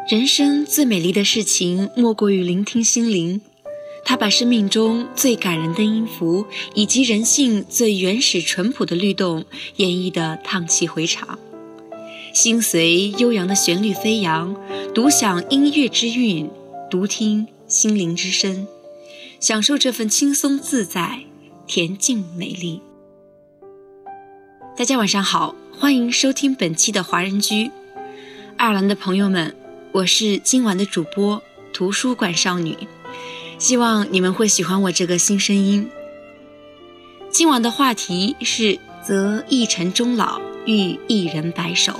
人生最美丽的事情莫过于聆听心灵，它把生命中最感人的音符以及人性最原始淳朴的律动演绎得荡气回肠。心随悠扬的旋律飞扬，独享音乐之韵，独听心灵之声，享受这份轻松自在、恬静美丽。大家晚上好，欢迎收听本期的华人居。爱尔兰的朋友们，我是今晚的主播图书馆少女，希望你们会喜欢我这个新声音。今晚的话题是择一城终老，遇一人白首。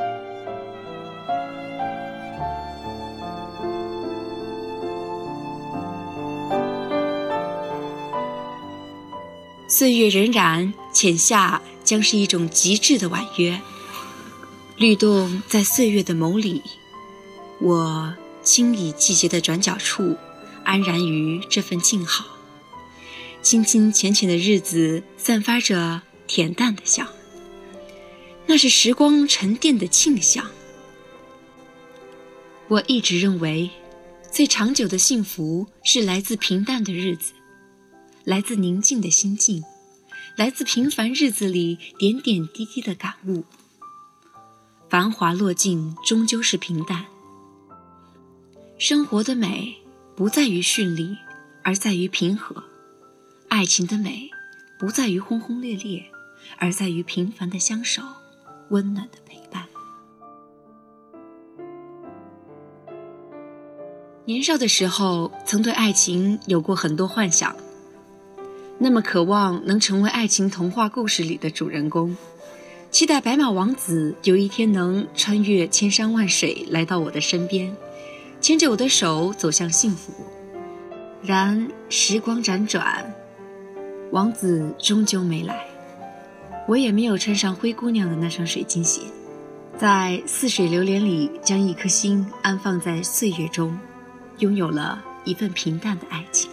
岁月荏苒，浅夏将是一种极致的婉约，律动在岁月的眸里，我轻倚季节的转角处，安然于这份静好。清清浅浅的日子散发着恬淡的香，那是时光沉淀的沁香。我一直认为，最长久的幸福是来自平淡的日子，来自宁静的心境，来自平凡日子里点点滴滴的感悟。繁华落尽，终究是平淡。生活的美不在于绚丽，而在于平和；爱情的美不在于轰轰烈烈，而在于平凡的相守，温暖的陪伴。年少的时候，曾对爱情有过很多幻想，那么渴望能成为爱情童话故事里的主人公，期待白马王子有一天能穿越千山万水来到我的身边，牵着我的手走向幸福。然时光辗转，王子终究没来，我也没有穿上灰姑娘的那双水晶鞋，在似水流年里将一颗心安放在岁月中，拥有了一份平淡的爱情。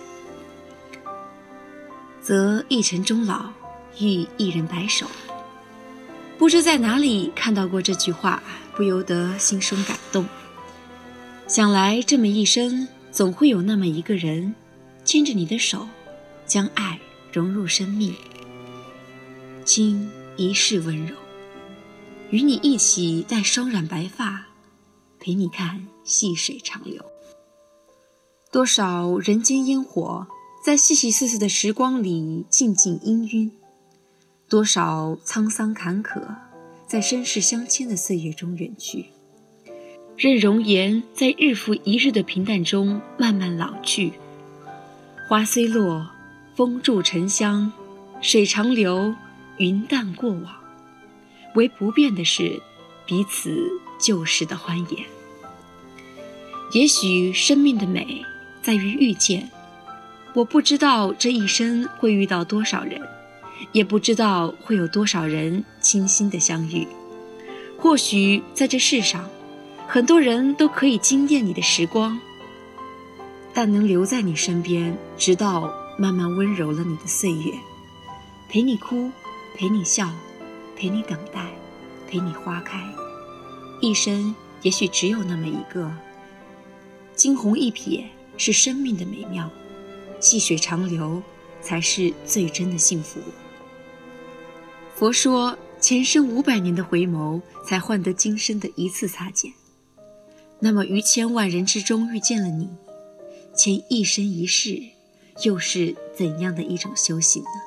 择一城终老，遇一人白首。不知在哪里看到过这句话，不由得心生感动。想来这么一生，总会有那么一个人，牵着你的手，将爱融入生命，倾一世温柔，与你一起戴双染白发，陪你看细水长流。多少人间烟火，在细细碎碎的时光里静静氤氲，多少沧桑坎坷，在身世相牵的岁月中远去，任容颜在日复一日的平淡中慢慢老去。花虽落，风住沉香，水长流，云淡过往，唯不变的是彼此旧时的欢颜。也许生命的美在于遇见，我不知道这一生会遇到多少人，也不知道会有多少人倾心的相遇。或许在这世上，很多人都可以惊艳你的时光，但能留在你身边，直到慢慢温柔了你的岁月，陪你哭，陪你笑，陪你等待，陪你花开。一生也许只有那么一个。惊鸿一瞥是生命的美妙，细水长流才是最真的幸福。佛说，前生500年的回眸，才换得今生的一次擦肩。那么于千万人之中遇见了你，前一生一世，又是怎样的一种修行呢？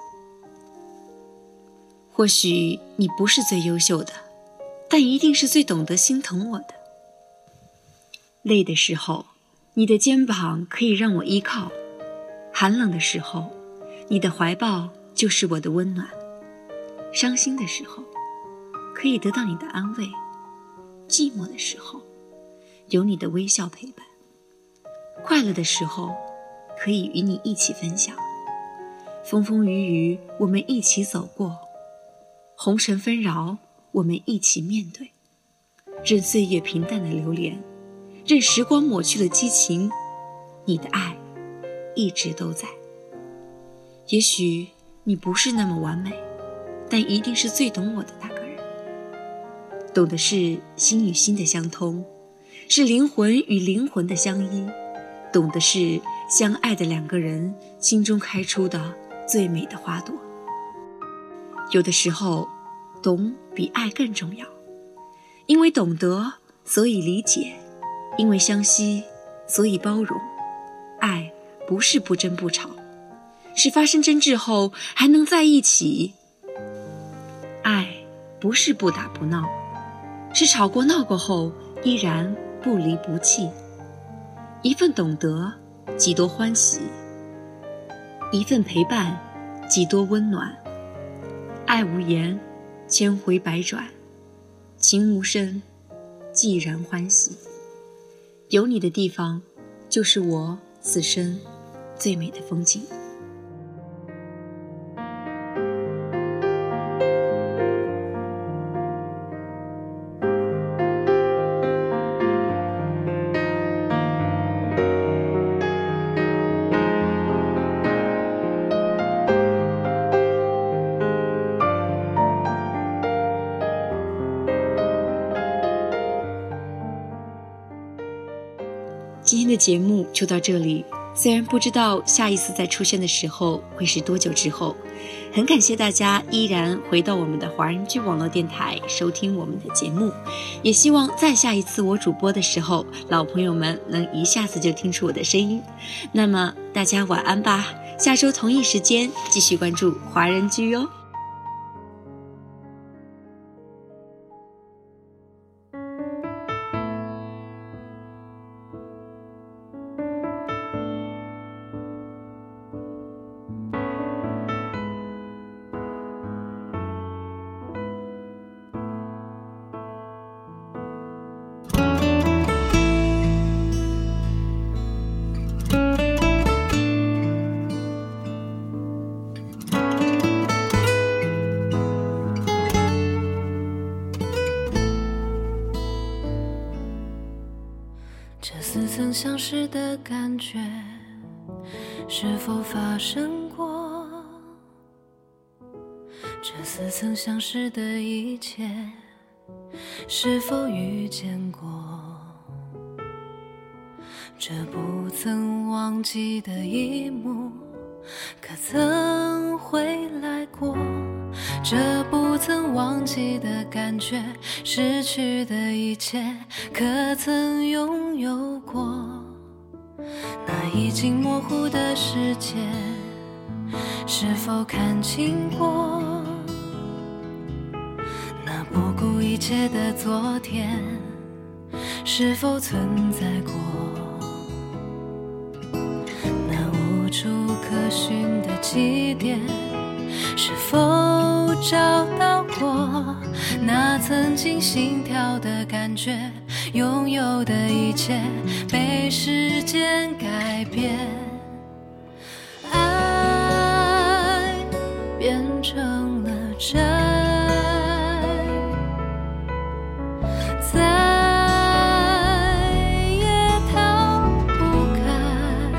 或许你不是最优秀的，但一定是最懂得心疼我的。累的时候，你的肩膀可以让我依靠；寒冷的时候，你的怀抱就是我的温暖；伤心的时候，可以得到你的安慰；寂寞的时候，有你的微笑陪伴；快乐的时候，可以与你一起分享；风风雨雨，我们一起走过；红尘纷扰，我们一起面对。任岁月平淡的流连，任时光抹去了激情，你的爱一直都在。也许你不是那么完美，但一定是最懂我的那个人。懂的是心与心的相通， 是灵魂与灵魂的相依，懂的是相爱的两个人心中开出的最美的花朵。有的时候，懂比爱更重要，因为懂得，所以理解；因为相惜，所以包容。爱不是不争不吵，是发生争执后还能在一起。爱不是不打不闹，是吵过闹过后依然不离不弃。一份懂得，几多欢喜；一份陪伴，几多温暖。爱无言，千回百转；情无声，寂然欢喜。有你的地方，就是我此生最美的风景。今天的节目就到这里，虽然不知道下一次再出现的时候会是多久之后，很感谢大家依然回到我们的华人居网络电台收听我们的节目，也希望再下一次我主播的时候，老朋友们能一下子就听出我的声音。那么大家晚安吧，下周同一时间继续关注华人居哟。 这似曾相识的感觉，是否发生过？这似曾相识的一切，是否遇见过？这不曾忘记的一幕，可曾回来过？这不曾忘记的感觉，失去的一切，可曾拥有过？那已经模糊的世界，是否看清过？那不顾一切的昨天，是否存在过？那无处可寻的起点，是否找到过？那曾经心跳的感觉，拥有的一切被时间改变，爱变成了债，再也逃不开。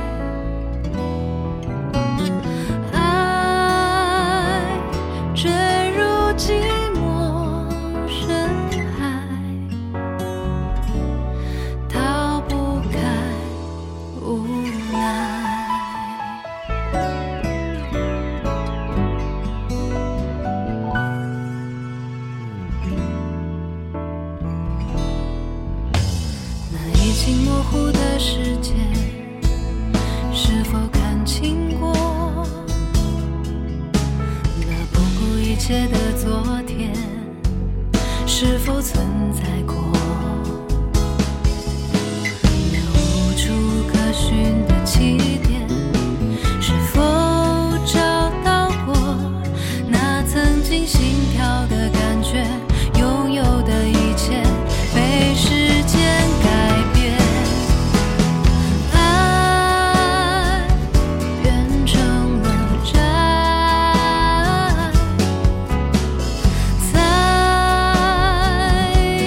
爱坠入寂寞深海，逃不开无奈。那已经模糊的世界，是否看清过？那不顾一切的昨天，是否存在过？那无处可寻的起点，是否找到过？那曾经心跳的感觉，拥有的一切被时间改变，爱变成了债，再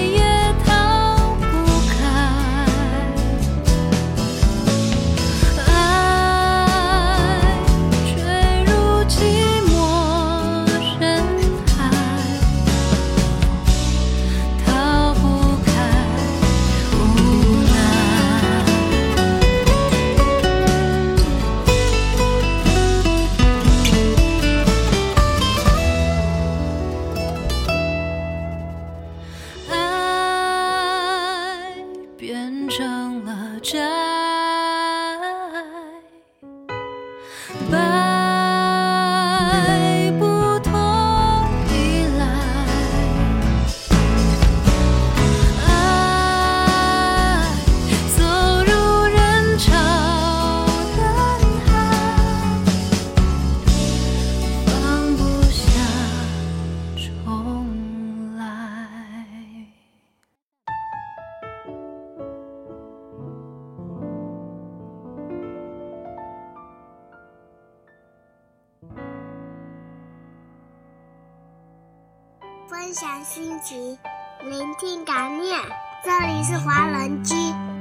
分享心情，聆听感念。这里是华人居，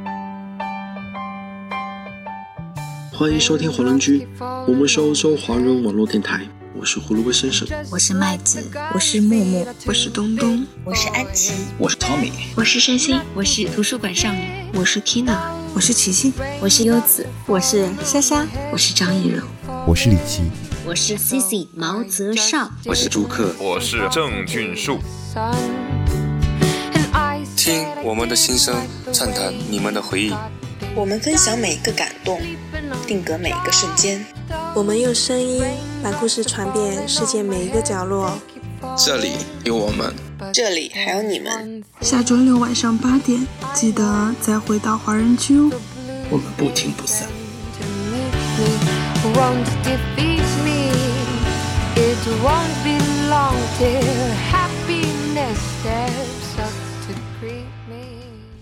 欢迎收听华人居，我们是欧洲华人网络电台。我是胡萝卜先生， 我是麦子，我是木木， 我是东东， 我是安琪， 我是 Tommy， 我是山心，我是图书馆少女， 我是 Tina， 我是琪琪， 我是优子， 我是莎莎， 我是张艺柔， 我是李琦， 我是 Cici 毛泽少， 我是朱克， 我是郑俊树。 听我们的心声，畅谈你们的回忆。 我们分享每一个感动，定格每一个瞬间。 我们用声音把故事传遍世界每一个角落。 这里有我们， 这里还有你们。 下周六晚上8点，记得再回到华人居哦。 我们不听不散。 It won't be long till happiness steps up to greet me.